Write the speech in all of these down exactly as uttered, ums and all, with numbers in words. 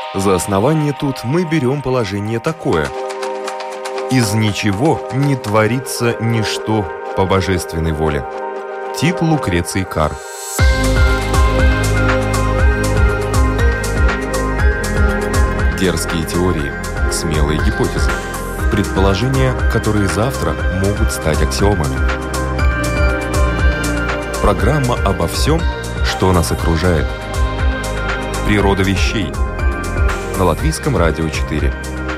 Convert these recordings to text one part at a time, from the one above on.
За основание тут мы берем положение такое: «Из ничего не творится ничто по божественной воле». Тит Лукреций Кар. Дерзкие теории, смелые гипотезы, предположения, которые завтра могут стать аксиомами. Программа обо всем, что нас окружает. Природа вещей. На Латвийском радио четыре.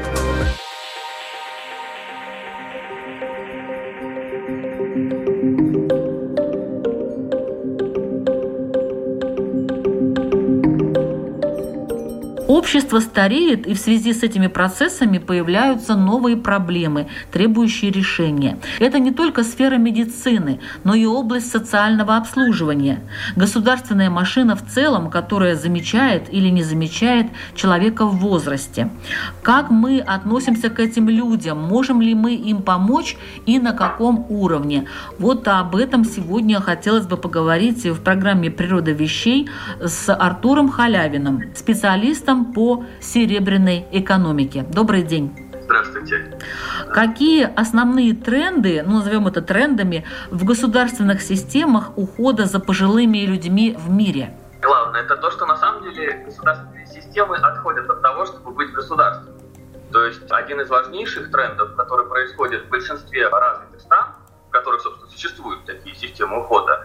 Общество стареет, и в связи с этими процессами появляются новые проблемы, требующие решения. Это не только сфера медицины, но и область социального обслуживания. Государственная машина в целом, которая замечает или не замечает человека в возрасте. Как мы относимся к этим людям? Можем ли мы им помочь и на каком уровне? Вот об этом сегодня хотелось бы поговорить в программе «Природа вещей» с Артуром Халявиным, специалистом по серебряной экономике. Добрый день. Здравствуйте. Какие основные тренды, ну, назовем это трендами, в государственных системах ухода за пожилыми людьми в мире? Главное, это то, что на самом деле государственные системы отходят от того, чтобы быть государством. То есть один из важнейших трендов, который происходит в большинстве развитых стран, в которых, собственно, существуют такие системы ухода,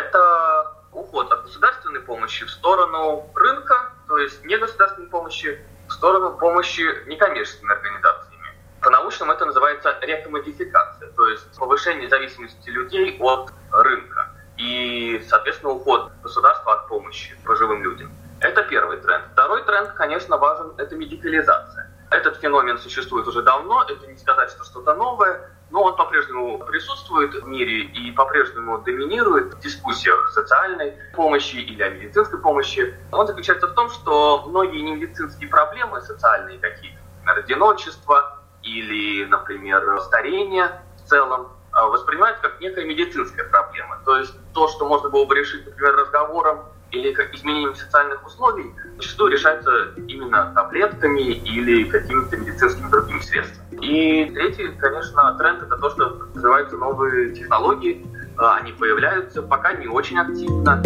это уход от государственной помощи в сторону рынка, то есть негосударственной помощи, в сторону помощи некоммерческими организациями. По-научному это называется рекомодификация, то есть повышение зависимости людей от рынка и, соответственно, уход государства от помощи пожилым людям. Это первый тренд. Второй тренд, конечно, важен, это медикализация. Этот феномен существует уже давно, это не сказать, что что-то новое, но он по-прежнему присутствует в мире и по-прежнему доминирует в дискуссиях социальной помощи или о медицинской помощи. Он заключается в том, что многие немедицинские проблемы социальные какие-то, например, одиночество или, например, старение в целом, воспринимают как некая медицинская проблема. То есть то, что можно было бы решить, например, разговором или как изменением социальных условий, зачастую решается именно таблетками или какими-то медицинскими другими средствами. И третий, конечно, тренд — это то, что развиваются новые технологии. Они появляются пока не очень активно.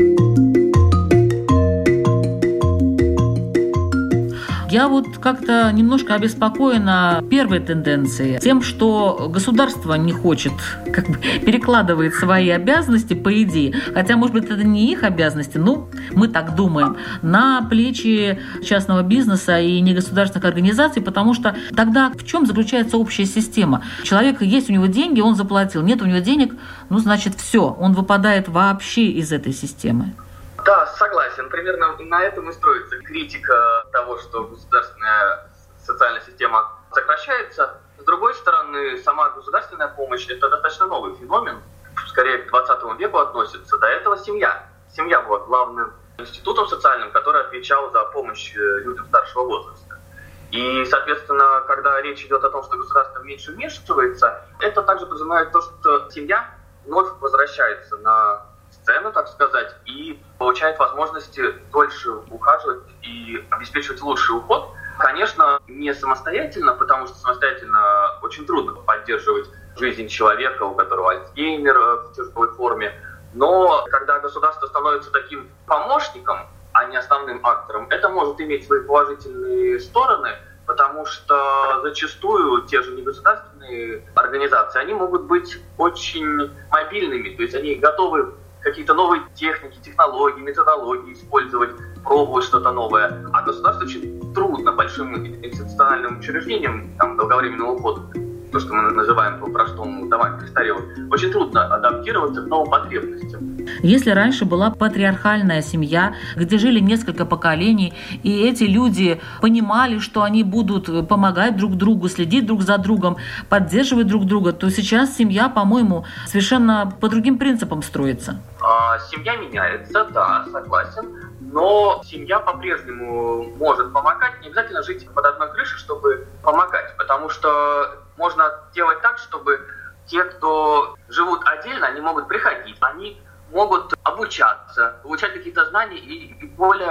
Я вот как-то немножко обеспокоена первой тенденцией, тем, что государство не хочет, как бы перекладывает свои обязанности, по идее, хотя, может быть, это не их обязанности, ну, мы так думаем, на плечи частного бизнеса и негосударственных организаций, потому что тогда в чем заключается общая система? Человек, есть у него деньги, он заплатил, нет у него денег, ну, значит, все, он выпадает вообще из этой системы. Да, согласен. Примерно на этом и строится критика того, что государственная социальная система сокращается. С другой стороны, сама государственная помощь – это достаточно новый феномен, скорее к двадцатому веку относится. До этого семья. Семья была главным институтом социальным, который отвечал за помощь людям старшего возраста. И, соответственно, когда речь идет о том, что государство меньше вмешивается, это также подразумевает то, что семья вновь возвращается на сцену, так сказать, и получает возможности дольше ухаживать и обеспечивать лучший уход. Конечно, не самостоятельно, потому что самостоятельно очень трудно поддерживать жизнь человека, у которого Альцгеймер в тяжелой форме. Но когда государство становится таким помощником, а не основным актором, это может иметь свои положительные стороны, потому что зачастую те же негосударственные организации, они могут быть очень мобильными, то есть они готовы какие-то новые техники, технологии, методологии использовать, пробовать что-то новое. А государству очень трудно большим институциональным учреждениям, там, долговременному уходу, то, что мы называем по-простому домами престарелых, очень трудно адаптироваться к новым потребностям. Если раньше была патриархальная семья, где жили несколько поколений, и эти люди понимали, что они будут помогать друг другу, следить друг за другом, поддерживать друг друга, то сейчас семья, по-моему, совершенно по другим принципам строится. А, семья меняется, да, согласен. Но семья по-прежнему может помогать, не обязательно жить под одной крышей, чтобы помогать, потому что можно делать так, чтобы те, кто живут отдельно, они могут приходить, они могут обучаться, получать какие-то знания и более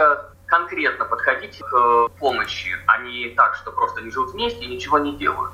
конкретно подходить к помощи, а не так, что просто они живут вместе и ничего не делают.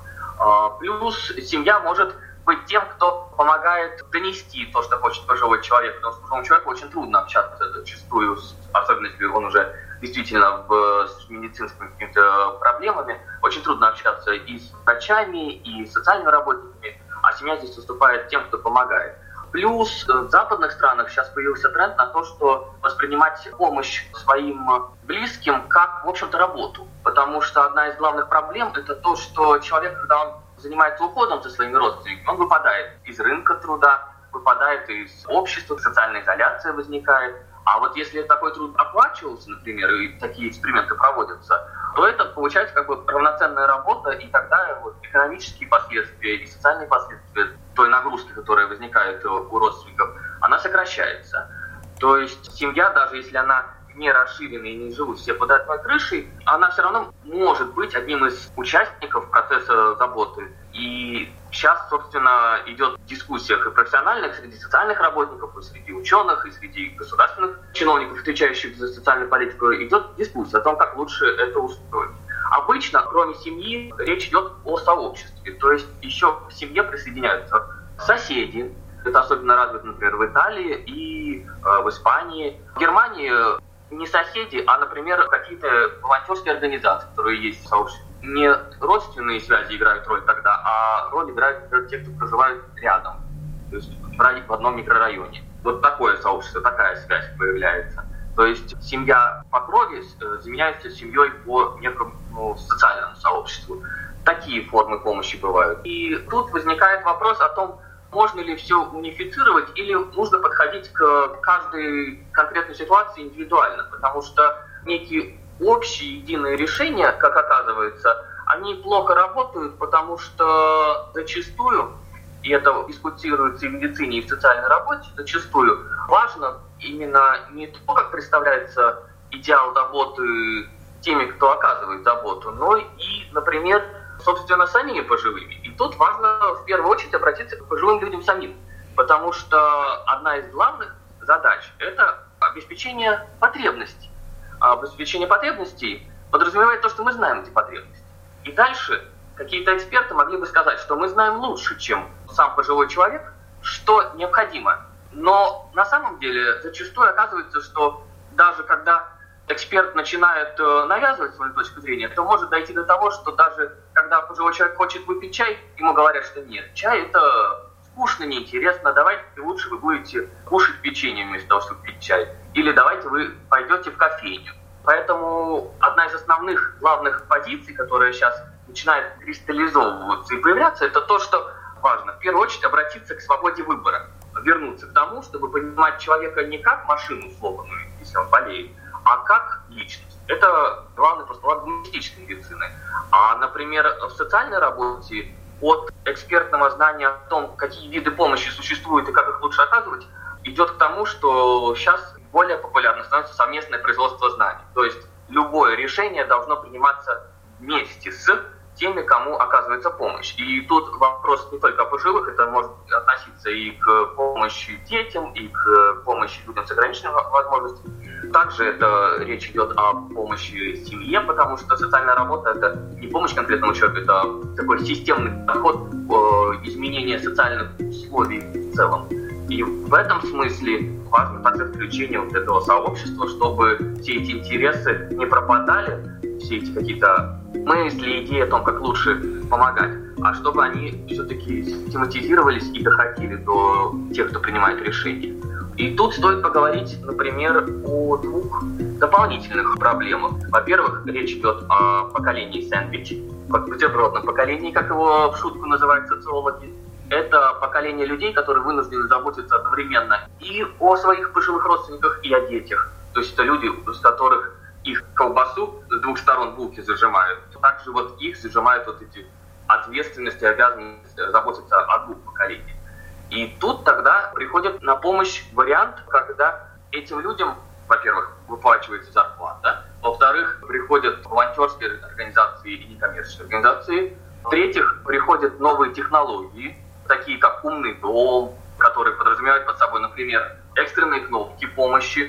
Плюс семья может быть тем, кто помогает донести то, что хочет пожилой человек, потому что пожилому человеку очень трудно общаться зачастую, особенно если он уже действительно в, с медицинскими какими-то проблемами, очень трудно общаться и с врачами, и с социальными работниками, а семья здесь выступает тем, кто помогает. Плюс в западных странах сейчас появился тренд на то, что воспринимать помощь своим близким как, в общем-то, работу. Потому что одна из главных проблем – это то, что человек, когда он занимается уходом за своими родственниками, он выпадает из рынка труда, выпадает из общества, социальная изоляция возникает. А вот если такой труд оплачивался, например, и такие эксперименты проводятся, то это получается как бы равноценная работа, и тогда вот экономические последствия и социальные последствия той нагрузки, которая возникает у родственников, она сокращается. То есть семья, даже если она не расширена и не живут все под одной крышей, она все равно может быть одним из участников процесса заботы. И сейчас, собственно, идет в дискуссиях и профессиональных, среди социальных работников, и среди ученых, и среди государственных чиновников, отвечающих за социальную политику, идет дискуссия о том, как лучше это устроить. Обычно, кроме семьи, речь идет о сообществе. То есть еще к семье присоединяются соседи. Это особенно развито, например, в Италии и э, в Испании. В Германии не соседи, а, например, какие-то волонтерские организации, которые есть в сообществе. Не родственные связи играют роль тогда, а роль играют те, кто проживают рядом, то есть в одном микрорайоне. Вот такое сообщество, такая связь появляется. То есть семья по крови заменяется семьей по некому ну, социальному сообществу. Такие формы помощи бывают. И тут возникает вопрос о том, можно ли все унифицировать или нужно подходить к каждой конкретной ситуации индивидуально, потому что некие общие единые решения, как оказывается, они плохо работают, потому что зачастую, и это дискутируется и в медицине, и в социальной работе, зачастую важно именно не то, как представляется идеал заботы теми, кто оказывает заботу, но и, например, собственно, самими пожилыми. И тут важно в первую очередь обратиться к пожилым людям самим, потому что одна из главных задач – это обеспечение потребностей. А обеспечение потребностей подразумевает то, что мы знаем эти потребности. И дальше какие-то эксперты могли бы сказать, что мы знаем лучше, чем сам пожилой человек, что необходимо. Но на самом деле зачастую оказывается, что даже когда эксперт начинает навязывать свою точку зрения, то может дойти до того, что даже когда пожилой человек хочет выпить чай, ему говорят, что нет, чай это скучно, неинтересно, давайте лучше вы будете кушать печенье вместо того, чтобы пить чай. Или давайте вы пойдете в кофейню. Поэтому одна из основных главных позиций, которая сейчас начинает кристаллизовываться и появляться, это то, что важно в первую очередь обратиться к свободе выбора, вернуться к тому, чтобы понимать человека не как машину сломанную, если он болеет, а как личность. Это главный постулат гуманистической медицины. А, например, в социальной работе от экспертного знания о том, какие виды помощи существуют и как их лучше оказывать, идет к тому, что сейчас более популярно становится совместное производство знаний. То есть любое решение должно приниматься вместе с теми, кому оказывается помощь. И тут вопрос не только о пожилых, это может относиться и к помощи детям, и к помощи людям с ограниченными возможностями. Также это речь идет о помощи семье, потому что социальная работа – это не помощь конкретному человеку, это такой системный подход изменения социальных условий в целом. И в этом смысле важно также включение вот этого сообщества, чтобы все эти интересы не пропадали, все эти какие-то мысли, идеи о том, как лучше помогать, а чтобы они все-таки систематизировались и доходили до тех, кто принимает решения. И тут стоит поговорить, например, о двух дополнительных проблемах. Во-первых, речь идет о поколении сэндвич, бутербродном поколении, как его в шутку называют социологи. Это поколение людей, которые вынуждены заботиться одновременно и о своих пожилых родственниках, и о детях. То есть это люди, с которых их колбасу с двух сторон булки зажимают. Также вот их зажимают вот эти ответственности, обязанности заботиться о двух поколениях. И тут тогда приходит на помощь вариант, когда этим людям, во-первых, выплачивается зарплата, во-вторых, приходят волонтерские организации и некоммерческие организации, в-третьих, приходят новые технологии, такие как умный дом, который подразумевает под собой, например, экстренные кнопки помощи,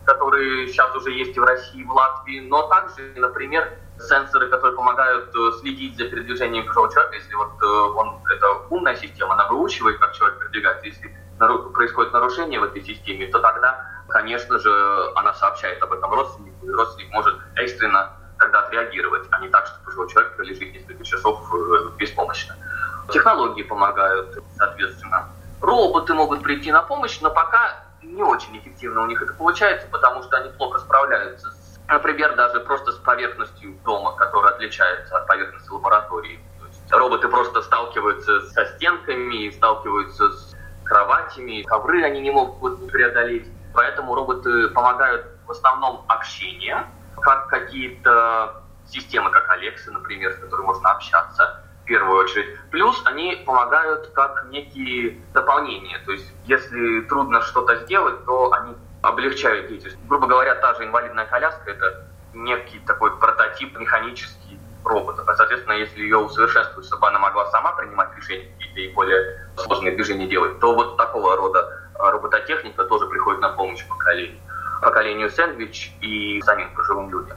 которые сейчас уже есть и в России, и в Латвии, но также, например, сенсоры, которые помогают следить за передвижением чужого человека. Если вот он, это умная система, она выучивает, как человек передвигается. Если происходит нарушение в этой системе, то тогда, конечно же, она сообщает об этом родственнику, и родственник может экстренно тогда отреагировать, а не так, что пожилой человек пролежит несколько часов беспомощно. Технологии помогают, соответственно. Роботы могут прийти на помощь, но пока не очень эффективно у них это получается, потому что они плохо справляются с, например, даже просто с поверхностью дома, которая отличается от поверхности лаборатории. То есть роботы просто сталкиваются со стенками, сталкиваются с кроватями, ковры они не могут преодолеть. Поэтому роботы помогают в основном общению, как какие-то системы, как Alexa, например, с которой можно общаться в первую очередь. Плюс они помогают как некие дополнения. То есть если трудно что-то сделать, то они облегчают деятельность. Грубо говоря, та же инвалидная коляска – это некий такой прототип механический робота. А, соответственно, если ее усовершенствовать, чтобы она могла сама принимать решения и более сложные движения делать, то вот такого рода робототехника тоже приходит на помощь поколению. поколению сэндвич и самим пожилым людям.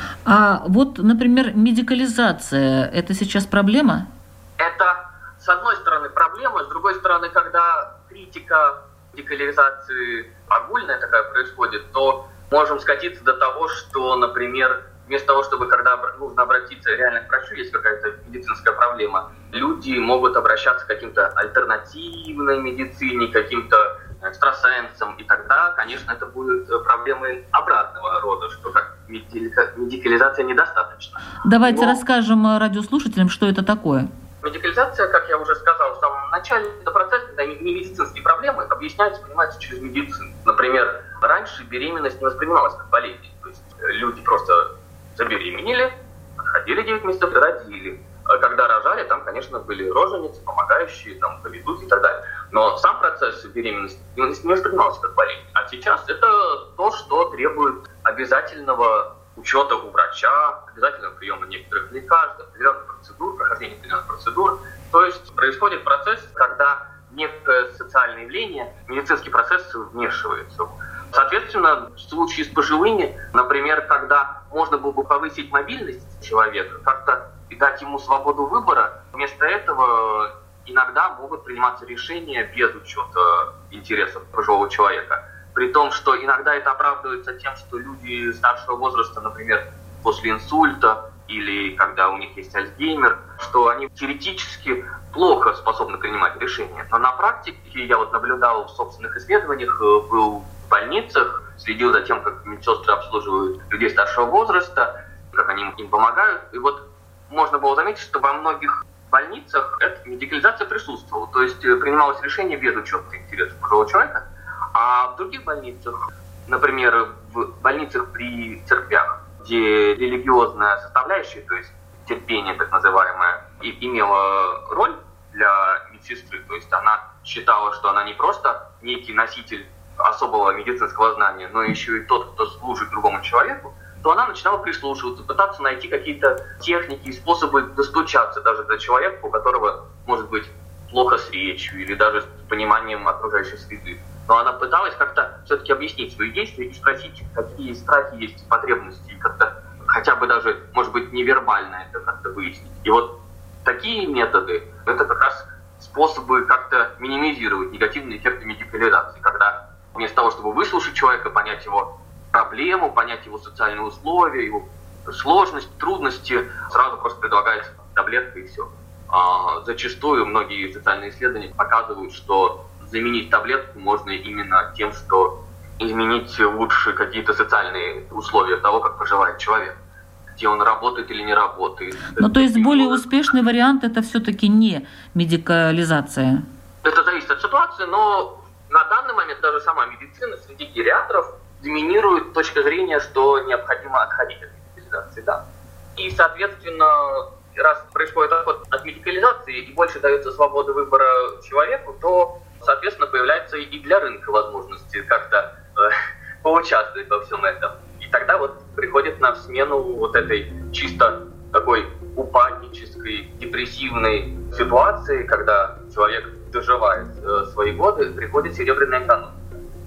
А вот, например, медикализация – это сейчас проблема? Это, с одной стороны, проблема, с другой стороны, когда критика медикализации огульная такая происходит, то можем скатиться до того, что, например, вместо того, чтобы, когда нужно обратиться реально к врачу, есть какая-то медицинская проблема, люди могут обращаться к каким-то альтернативной медицине, каким-то экстрасенсам, и тогда, конечно, это будет проблемой обратного рода, что как медикализация недостаточно. Давайте Но расскажем радиослушателям, что это такое. Медикализация, как я уже сказал в самом начале, это процесс, когда не медицинские проблемы объясняются, понимаются через медицину. Например, раньше беременность не воспринималась как болезнь. То есть люди просто забеременели, отходили девять месяцев и родили. Когда рожали, там, конечно, были роженицы, помогающие, там, поведут и так далее. Но сам процесс беременности не воспринимался как болезнь. А сейчас это то, что требует обязательного учета у врача, обязательного приема некоторых лекарств, определенных процедур, прохождения определенных процедур. То есть происходит процесс, когда некое социальное явление, медицинский процесс вмешивается. Соответственно, в случае с пожилыми, например, когда можно было бы повысить мобильность человека, как-то и дать ему свободу выбора, вместо этого иногда могут приниматься решения без учета интересов пожилого человека. При том, что иногда это оправдывается тем, что люди старшего возраста, например, после инсульта или когда у них есть Альцгеймер, что они теоретически плохо способны принимать решения. Но на практике я вот наблюдал в собственных исследованиях, был в больницах, следил за тем, как медсестры обслуживают людей старшего возраста, как они им помогают. И вот можно было заметить, что во многих больницах эта медикализация присутствовала. То есть принималось решение без учета интересов пожилого человека. А в других больницах, например, в больницах при церквях, где религиозная составляющая, то есть терпение так называемое, и имела роль для медсестры, то есть она считала, что она не просто некий носитель особого медицинского знания, но еще и тот, кто служит другому человеку, то она начинала прислушиваться, пытаться найти какие-то техники и способы достучаться даже до человека, у которого может быть плохо с речью или даже с пониманием окружающей среды. Но она пыталась как-то все-таки объяснить свои действия и спросить, какие страхи есть, потребности, и как-то хотя бы даже, может быть, невербально это как-то выяснить. И вот такие методы, это как раз способы как-то минимизировать негативные эффекты медикализации, когда вместо того, чтобы выслушать человека, понять его проблему, понять его социальные условия, его сложность, трудности, сразу просто предлагается таблетка и все. А зачастую многие социальные исследования показывают, что заменить таблетку можно именно тем, что изменить лучше какие-то социальные условия того, как проживает человек, где он работает или не работает. Ну, то есть более успешный вариант – это все-таки не медикализация? Это зависит от ситуации, но на данный момент даже сама медицина среди гериатров доминирует точка зрения, что необходимо отходить от медикализации, да. И, соответственно, раз происходит отход от медикализации и больше дается свобода выбора человеку, то, соответственно, появляется и для рынка возможности как-то э, поучаствовать во всем этом. И тогда вот приходит на смену вот этой чисто такой упаднической, депрессивной ситуации, когда человек доживает э, свои годы, приходит серебряная экономика.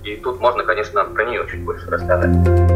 И тут можно, конечно, про нее чуть больше рассказать.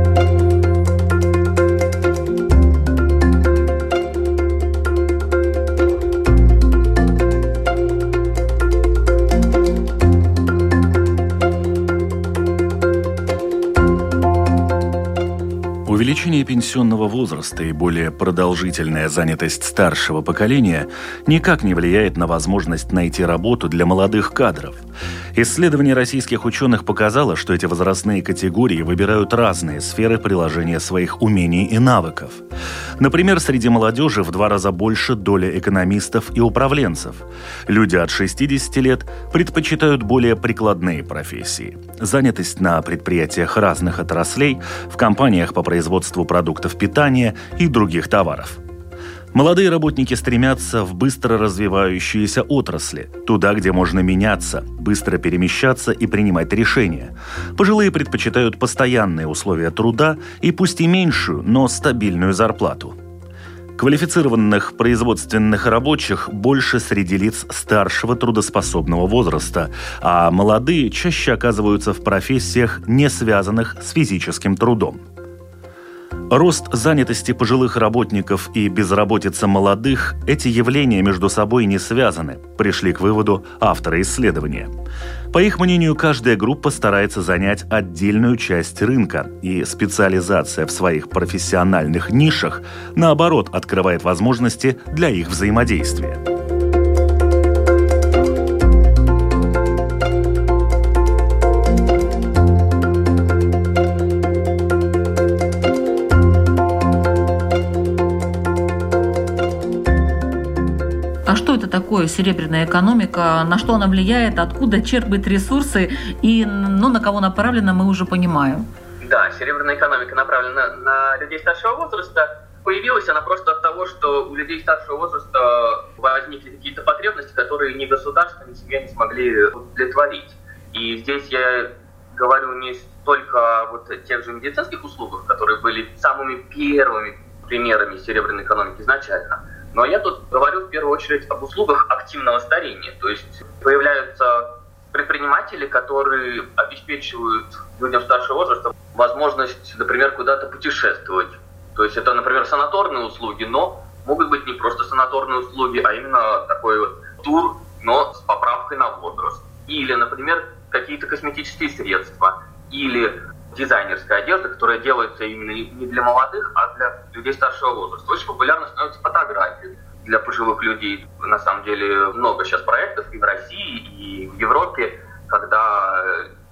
Увеличение пенсионного возраста и более продолжительная занятость старшего поколения никак не влияет на возможность найти работу для молодых кадров. Исследование российских ученых показало, что эти возрастные категории выбирают разные сферы приложения своих умений и навыков. Например, среди молодежи в два раза больше доля экономистов и управленцев. Люди от шестидесяти лет предпочитают более прикладные профессии. Занятость на предприятиях разных отраслей, в компаниях по производству продуктов питания и других товаров. Молодые работники стремятся в быстро развивающиеся отрасли, туда, где можно меняться, быстро перемещаться и принимать решения. Пожилые предпочитают постоянные условия труда и пусть и меньшую, но стабильную зарплату. Квалифицированных производственных рабочих больше среди лиц старшего трудоспособного возраста, а молодые чаще оказываются в профессиях, не связанных с физическим трудом. Рост занятости пожилых работников и безработица молодых – эти явления между собой не связаны, пришли к выводу авторы исследования. По их мнению, каждая группа старается занять отдельную часть рынка, и специализация в своих профессиональных нишах, наоборот, открывает возможности для их взаимодействия. А что это такое серебряная экономика, на что она влияет, откуда черпает ресурсы и ну, на кого направлена, мы уже понимаем. Да, серебряная экономика направлена на людей старшего возраста. Появилась она просто от того, что у людей старшего возраста возникли какие-то потребности, которые ни государство, ни семья не смогли удовлетворить. И здесь я говорю не столько о вот тех же медицинских услугах, которые были самыми первыми примерами серебряной экономики изначально. Но я тут говорю в первую очередь об услугах активного старения. То есть появляются предприниматели, которые обеспечивают людям старшего возраста возможность, например, куда-то путешествовать. То есть это, например, санаторные услуги, но могут быть не просто санаторные услуги, а именно такой вот тур, но с поправкой на возраст. Или, например, какие-то косметические средства, или дизайнерская одежда, которая делается именно не для молодых, а для людей старшего возраста. Очень популярно становятся фотографии для пожилых людей. На самом деле много сейчас проектов и в России, и в Европе, когда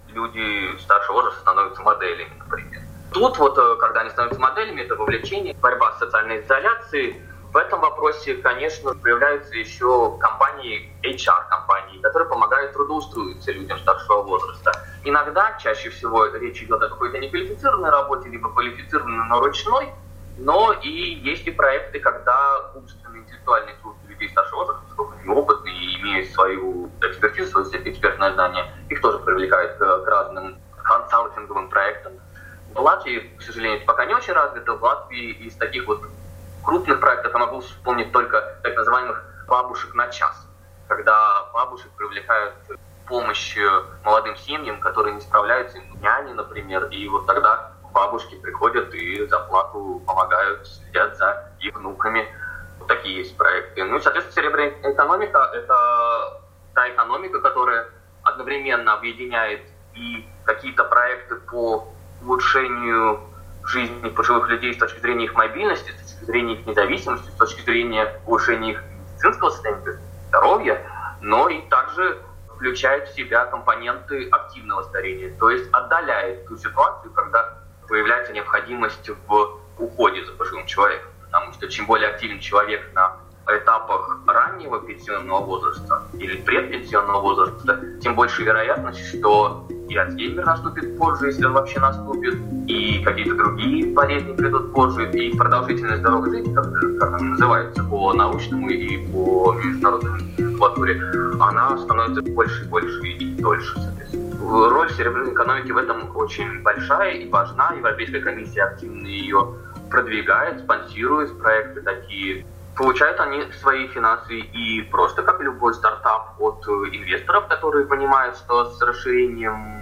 люди старшего возраста становятся моделями, например. Тут вот, когда они становятся моделями, это вовлечение, борьба с социальной изоляцией. В этом вопросе, конечно, появляются еще компании, эйч ар-компании, которые помогают трудоустроиться людям старшего возраста. Иногда, чаще всего, речь идет о какой-то неквалифицированной работе, либо квалифицированной, но ручной, но и есть и проекты, когда умственный интеллектуальный труд людей старшего возраста, поскольку они опытные и имеют свою экспертизу, свое экспертное знание, их тоже привлекают к разным консалтинговым проектам. В Латвии, к сожалению, это пока не очень развито. В Латвии из таких вот крупных проектов я могу вспомнить только так называемых бабушек на час, когда бабушек привлекают помощь молодым семьям, которые не справляются, няни, например, и вот тогда бабушки приходят и за плату помогают, следят за их внуками. Вот такие есть проекты. Ну и, соответственно, серебряная экономика – это та экономика, которая одновременно объединяет и какие-то проекты по улучшению жизни пожилых людей с точки зрения их мобильности, с точки зрения их независимости, с точки зрения улучшения их медицинского состояния, здоровья, но и также включает в себя компоненты активного старения, то есть отдаляет ту ситуацию, когда появляется необходимость в уходе за пожилым человеком. Потому что чем более активен человек на этапах раннего пенсионного возраста или предпенсионного возраста, тем больше вероятность, что и Альцгеймер наступит позже, если он вообще наступит, и какие-то другие болезни придут позже, и продолжительность здоровой жизни, как, как она называется по научному и по международной номенклатуре, она становится больше и больше и дольше, соответственно. Роль серебряной экономики в этом очень большая и важна. Европейская комиссия активно ее продвигает, спонсирует проекты такие. Получают они свои финансы и просто как любой стартап от инвесторов, которые понимают, что с расширением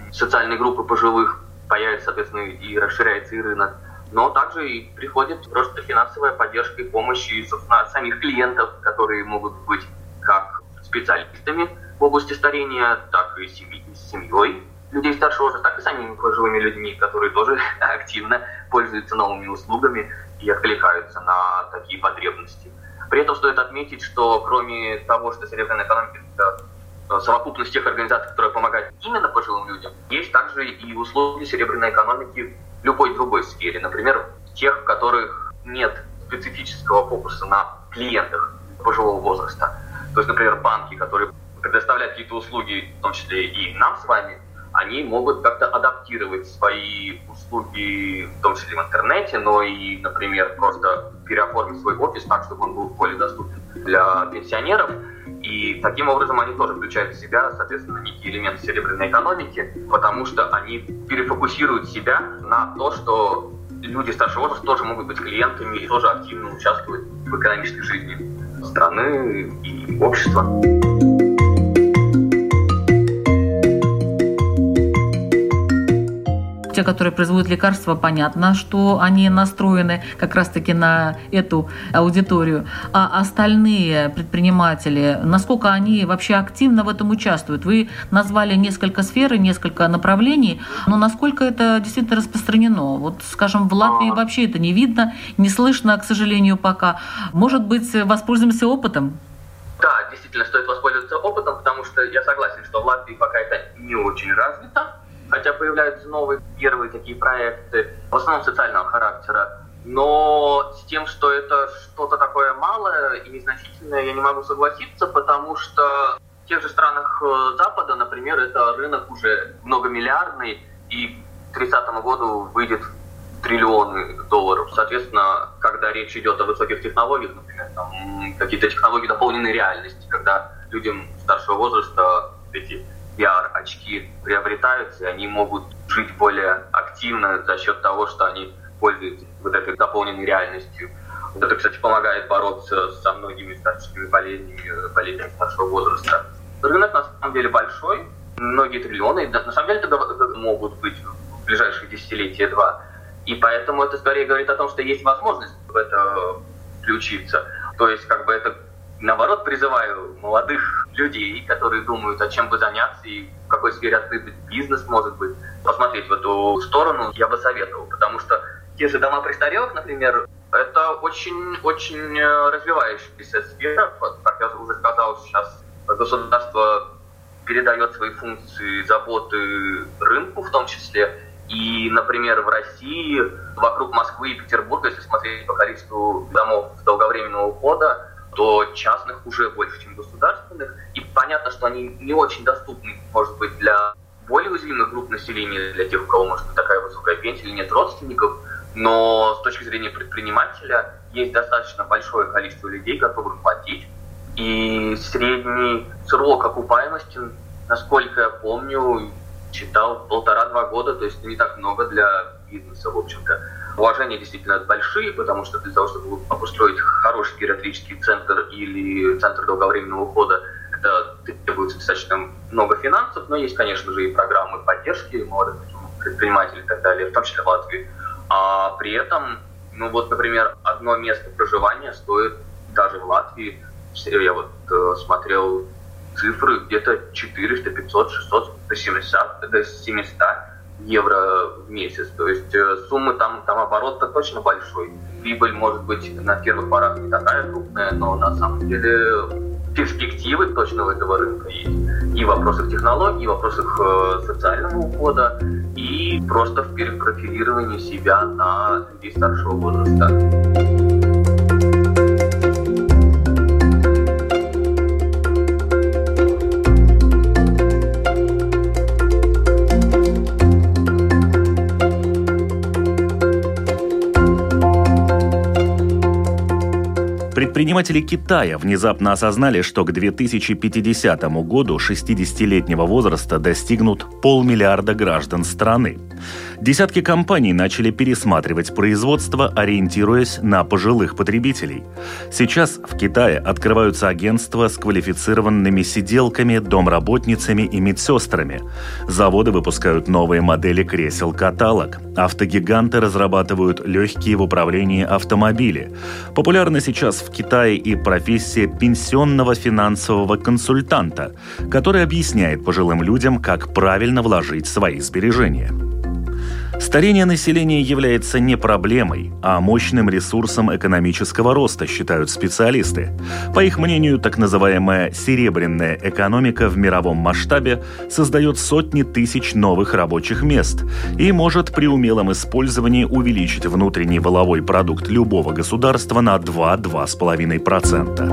социальные группы пожилых, появится, соответственно, и расширяется и рынок. Но также и приходит просто финансовая поддержка и помощь и, собственно, от самих клиентов, которые могут быть как специалистами в области старения, так и с семьей людей старшего возраста, так и самими пожилыми людьми, которые тоже активно пользуются новыми услугами и откликаются на такие потребности. При этом стоит отметить, что кроме того, что серебряная экономика – это совокупность тех организаций, которые помогают именно пожилым людям, есть также и услуги серебряной экономики в любой другой сфере. Например, тех, в которых нет специфического фокуса на клиентах пожилого возраста. То есть, например, банки, которые предоставляют какие-то услуги, в том числе и нам с вами, они могут как-то адаптировать свои услуги, в том числе в интернете, но и, например, просто переоформить свой офис так, чтобы он был более доступен для пенсионеров. И таким образом они тоже включают в себя, соответственно, некие элементы серебряной экономики, потому что они перефокусируют себя на то, что люди старшего возраста тоже могут быть клиентами и тоже активно участвовать в экономической жизни страны и общества. Те, которые производят лекарства, понятно, что они настроены как раз-таки на эту аудиторию. А остальные предприниматели, насколько они вообще активно в этом участвуют? Вы назвали несколько сфер и несколько направлений, но насколько это действительно распространено? Вот, скажем, в Латвии вообще это не видно, не слышно, к сожалению, пока. Может быть, воспользуемся опытом? Да, действительно, стоит воспользоваться опытом, потому что я согласен, что в Латвии пока это не очень развито. Хотя появляются новые первые такие проекты, в основном социального характера. Но с тем, что это что-то такое малое и незначительное, я не могу согласиться, потому что в тех же странах Запада, например, это рынок уже многомиллиардный, и к тридцатому году выйдет триллионы долларов. Соответственно, когда речь идет о высоких технологиях, например, там, какие-то технологии дополненной реальности, когда людям старшего возраста эти ви ар-очки приобретаются, и они могут жить более активно за счет того, что они пользуются вот этой дополненной реальностью. Вот это, кстати, помогает бороться со многими старческими болезнями, болезнями старшего возраста. Рынок на самом деле большой, многие триллионы, на самом деле это могут быть в ближайшие десятилетия два. И поэтому это скорее говорит о том, что есть возможность в это включиться. То есть, как бы это, наоборот, призываю молодых людей, которые думают, о чем бы заняться и в какой сфере открыть бизнес, может быть, посмотреть в эту сторону, я бы советовал. Потому что те же дома престарелых, например, это очень-очень развивающаяся сфера. Как я уже сказал, сейчас государство передает свои функции заботы рынку в том числе. И, например, в России, вокруг Москвы и Петербурга, если смотреть по количеству домов долговременного ухода, то частных уже больше, чем государственных. И понятно, что они не очень доступны, может быть, для более уязвимых групп населения, для тех, у кого может быть такая высокая пенсия или нет родственников. Но с точки зрения предпринимателя есть достаточно большое количество людей, готовых платить. И средний срок окупаемости, насколько я помню, читал полтора-два года, то есть не так много для бизнеса, в общем-то. Вложения действительно большие, потому что для того, чтобы обустроить хороший гериатрический центр или центр долговременного ухода, это требуется достаточно много финансов, но есть, конечно же, и программы поддержки молодых предпринимателей и так далее, в том числе в Латвии. А при этом, ну вот, например, одно место проживания стоит даже в Латвии, я вот э, смотрел цифры, где-то четыреста, пятьсот, шестьсот, до семисот евро в месяц. То есть э, суммы там, там оборот-то точно большой. Прибыль, может быть, на первых порах не такая крупная, но на самом деле перспективы точно у этого рынка есть. И в вопросах технологий, и в вопросах э, социального ухода, и просто в перепрофилировании себя на людей старшего возраста. Предприниматели Китая внезапно осознали, что к две тысячи пятидесятому году шестидесятилетнего возраста достигнут полмиллиарда граждан страны. Десятки компаний начали пересматривать производство, ориентируясь на пожилых потребителей. Сейчас в Китае открываются агентства с квалифицированными сиделками, домработницами и медсестрами. Заводы выпускают новые модели кресел-каталог. Автогиганты разрабатывают легкие в управлении автомобили. Популярна сейчас в Китае и профессия пенсионного финансового консультанта, который объясняет пожилым людям, как правильно вложить свои сбережения. Старение населения является не проблемой, а мощным ресурсом экономического роста, считают специалисты. По их мнению, так называемая «серебряная экономика» в мировом масштабе создает сотни тысяч новых рабочих мест и может при умелом использовании увеличить внутренний валовой продукт любого государства на два-два с половиной процента.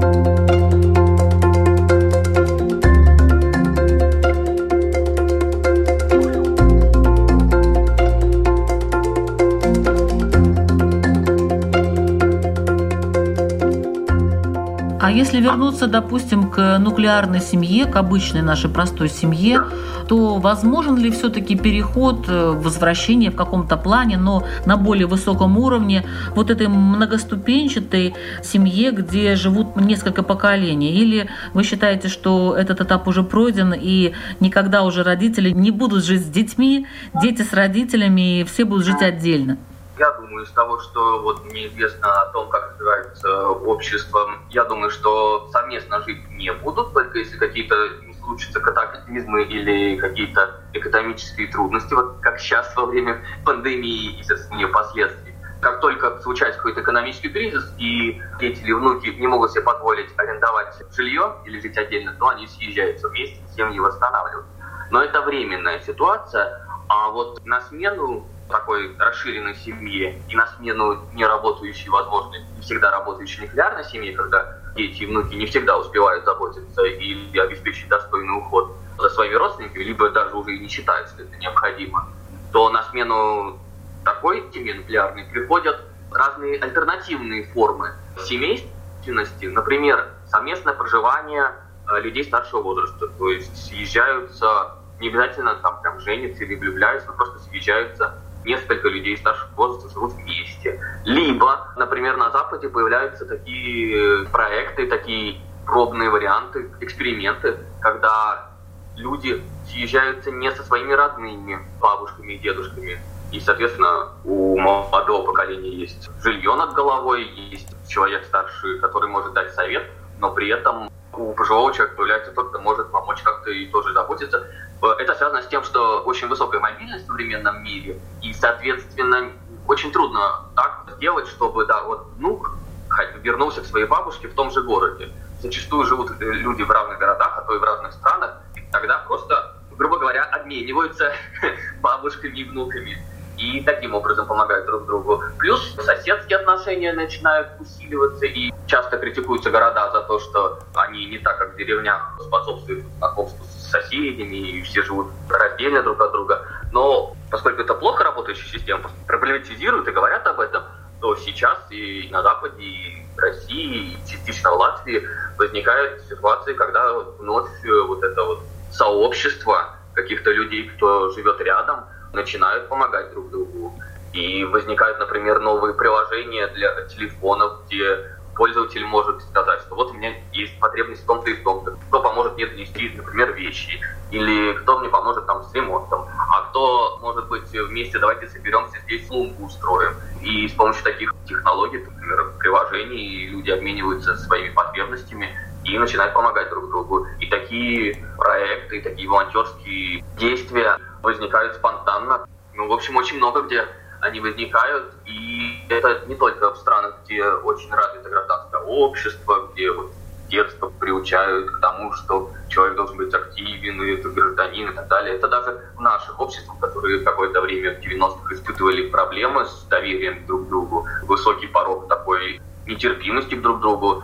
А если вернуться, допустим, к нуклеарной семье, к обычной нашей простой семье, то возможен ли все-таки переход, возвращение в каком-то плане, но на более высоком уровне вот этой многоступенчатой семье, где живут несколько поколений? Или вы считаете, что этот этап уже пройден, и никогда уже родители не будут жить с детьми, дети с родителями, и все будут жить отдельно? Я думаю, из того, что вот мне известно о том, как развивается общество, я думаю, что совместно жить не будут, только если какие-то не случатся катаклизмы или какие-то экономические трудности, вот как сейчас во время пандемии и с ее последствий. Как только случается какой-то экономический кризис, и дети или внуки не могут себе позволить арендовать жилье или жить отдельно, то они съезжаются вместе, семьи восстанавливают. Но это временная ситуация, а вот на смену такой расширенной семье и на смену не работающей, возможно, не всегда работающей нуклеарной семье, когда дети и внуки не всегда успевают заботиться или обеспечить достойный уход за своими родственниками, либо даже уже и не считают, что это необходимо, то на смену такой семье нуклеарной приходят разные альтернативные формы семейственности, например, совместное проживание людей старшего возраста, то есть съезжаются, не обязательно там прям женятся или влюбляются, но просто съезжаются несколько людей старшего возраста, живут вместе. Либо, например, на Западе появляются такие проекты, такие пробные варианты, эксперименты, когда люди съезжаются не со своими родными бабушками и дедушками. И, соответственно, у молодого поколения есть жилье над головой, есть человек старший, который может дать совет, но при этом у пожилого человека появляется тот, кто может помочь как-то и тоже заботиться. Это связано с тем, что очень высокая мобильность в современном мире, и, соответственно, очень трудно так сделать, чтобы, да, вот внук вернулся к своей бабушке в том же городе. Зачастую живут люди в разных городах, а то и в разных странах, и тогда просто, грубо говоря, обмениваются бабушками и внуками. И таким образом помогают друг другу. Плюс соседские отношения начинают усиливаться, и часто критикуются города за то, что они не так, как в деревнях, способствуют знакомству с соседями, и все живут раздельно друг от друга. Но поскольку это плохо работающая система, проблематизируют и говорят об этом, то сейчас и на Западе, и в России, и частично в Латвии возникают ситуации, когда вновь вот это вот сообщество каких-то людей, кто живет рядом, начинают помогать друг другу. И возникают, например, новые приложения для телефонов, где пользователь может сказать, что вот у меня есть потребность в том-то и в том-то. Кто поможет мне донести, например, вещи, или кто мне поможет там с ремонтом, а кто, может быть, вместе давайте соберемся здесь, клумбу устроим. И с помощью таких технологий, например, приложений, люди обмениваются своими потребностями и начинают помогать друг другу. И такие проекты, и такие волонтерские действия возникают спонтанно. Ну, в общем, очень много где они возникают, и это не только в странах, где очень развито гражданское общество, где вот детство приучают к тому, что человек должен быть активен, и это гражданин и так далее. Это даже в наших обществах, которые какое-то время в девяностых испытывали проблемы с доверием друг к другу, высокий порог такой нетерпимости друг к другу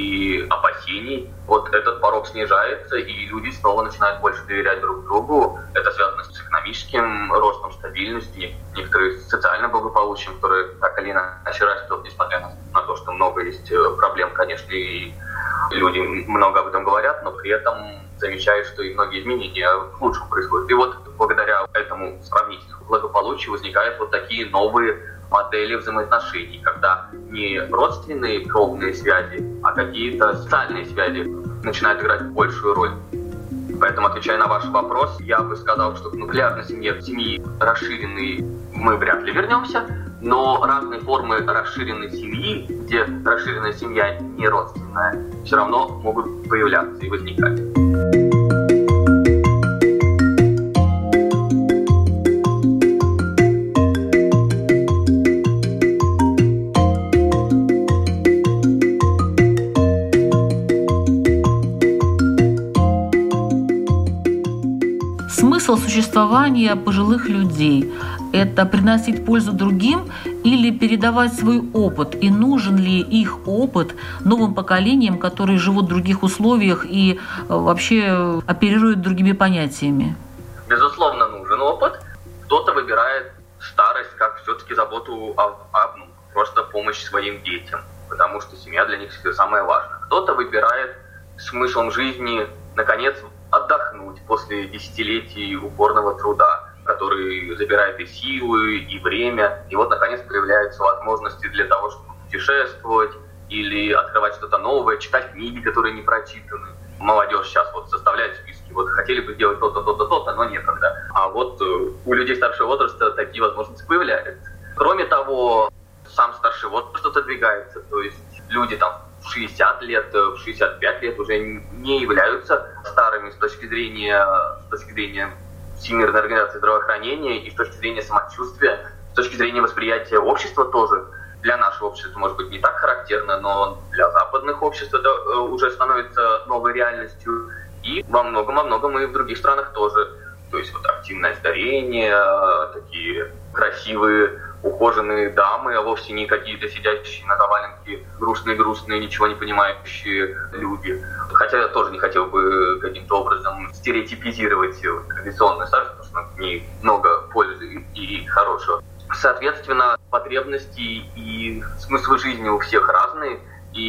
и опасений. Вот этот порог снижается, и люди снова начинают больше доверять друг другу. Это связано с экономическим ростом, стабильностью, некоторые с социальным благополучием, которые так или иначе растут, несмотря на то, что много есть проблем конечно, и люди много об этом говорят, но при этом замечают, что и многие изменения к лучшему происходят. И вот благодаря этому сравнительному благополучию возникают вот такие новые модели взаимоотношений, когда не родственные кровные связи, а какие-то социальные связи начинают играть большую роль. Поэтому, отвечая на ваш вопрос, я бы сказал, что к нуклеарной семье, семьи расширенной, мы вряд ли вернемся, но разные формы расширенной семьи, где расширенная семья не родственная, все равно могут появляться и возникать. Смысл существования пожилых людей – это приносить пользу другим или передавать свой опыт? И нужен ли их опыт новым поколениям, которые живут в других условиях и вообще оперируют другими понятиями? Безусловно, нужен опыт. Кто-то выбирает старость как все-таки заботу о, о просто помощь своим детям, потому что семья для них все самое важное. Кто-то выбирает смыслом жизни, наконец, отдохнуть после десятилетий упорного труда, который забирает и силы, и время. И вот, наконец, появляются возможности для того, чтобы путешествовать или открывать что-то новое, читать книги, которые не прочитаны. Молодежь сейчас вот составляет списки. Вот хотели бы сделать то-то, то-то, то-то, но некогда. А вот у людей старшего возраста такие возможности появляются. Кроме того, сам старший возраст отодвигается. То есть люди там в шестьдесят лет, в шестьдесят пять лет уже не являются старыми с точки зрения, с точки зрения Всемирной организации здравоохранения и с точки зрения самочувствия, с точки зрения восприятия общества тоже. Для нашего общества, может быть, не так характерно, но для западных обществ это уже становится новой реальностью. И во многом, во многом и в других странах тоже. То есть вот активное старение, такие красивые, ухоженные дамы, а вовсе не какие-то сидящие на заваленке грустные-грустные, ничего не понимающие люди. Хотя я тоже не хотел бы каким-то образом стереотипизировать традиционную старость, потому что в ней много пользы и хорошего. Соответственно, потребности и смыслы жизни у всех разные,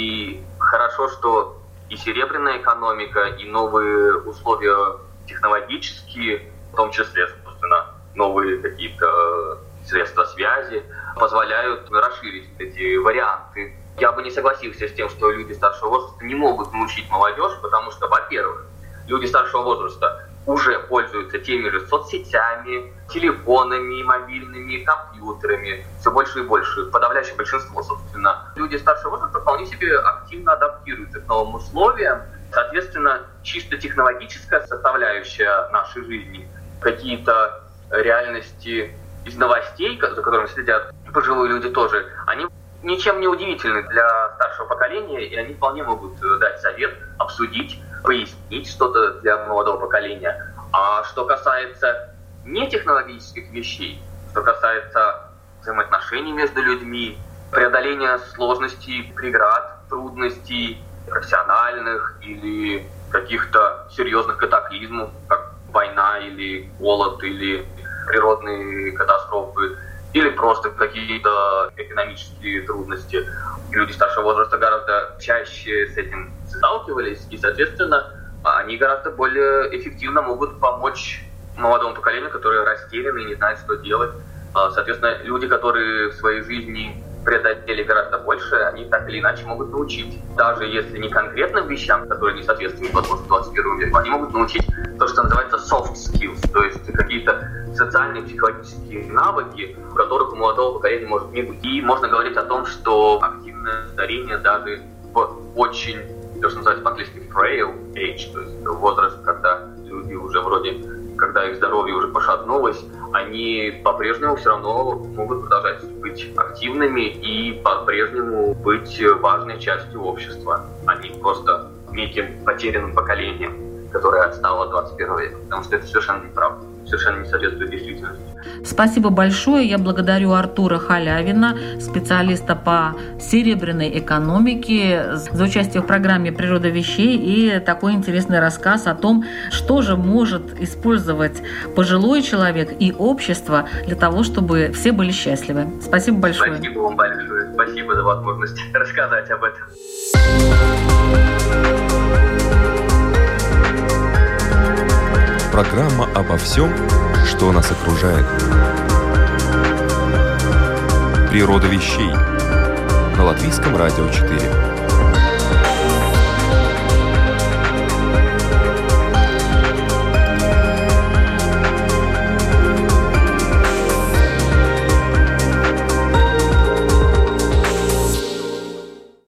и хорошо, что и серебряная экономика, и новые условия технологические, в том числе, собственно, новые какие-то средства связи, позволяют расширить эти варианты. Я бы не согласился с тем, что люди старшего возраста не могут научить молодежь, потому что, во-первых, люди старшего возраста уже пользуются теми же соцсетями, телефонами, мобильными, компьютерами, все больше и больше, подавляющее большинство, собственно. Люди старшего возраста вполне себе активно адаптируются к новым условиям. Соответственно, чисто технологическая составляющая нашей жизни, какие-то реальности из новостей, за которыми следят пожилые люди тоже, они ничем не удивительны для старшего поколения, и они вполне могут дать совет, обсудить, пояснить что-то для молодого поколения. А что касается нетехнологических вещей, что касается взаимоотношений между людьми, преодоления сложностей, преград, трудностей профессиональных или каких-то серьезных катаклизмов, как война или голод, или природные катастрофы, или просто какие-то экономические трудности. Люди старшего возраста гораздо чаще с этим сталкивались, и, соответственно, они гораздо более эффективно могут помочь молодому поколению, которое растеряно и не знает, что делать. Соответственно, люди, которые в своей жизни преодолели гораздо больше, они так или иначе могут научить. Даже если не конкретным вещам, которые не соответствуют возможно двадцать первому веку, они могут научить то, что называется soft skills, то есть какие-то социальные, психологические навыки, которых у молодого поколения может не быть. И можно говорить о том, что активное старение даже в очень, то, что называется по-английски frail age, то есть возраст, когда люди уже вроде, когда их здоровье уже пошатнулось, они по-прежнему все равно могут продолжать быть активными и по-прежнему быть важной частью общества, а не просто неким потерянным поколением, которое отстало от двадцать первого века, потому что это совершенно неправда, совершенно не соответствует действительности. Спасибо большое. Я благодарю Артура Халявина, специалиста по серебряной экономике, за участие в программе «Природа вещей» и такой интересный рассказ о том, что же может использовать пожилой человек и общество для того, чтобы все были счастливы. Спасибо большое. Спасибо вам большое. спасибо за возможность рассказать об этом. Программа обо всем, что нас окружает. Природа вещей. На Латвийском радио четыре.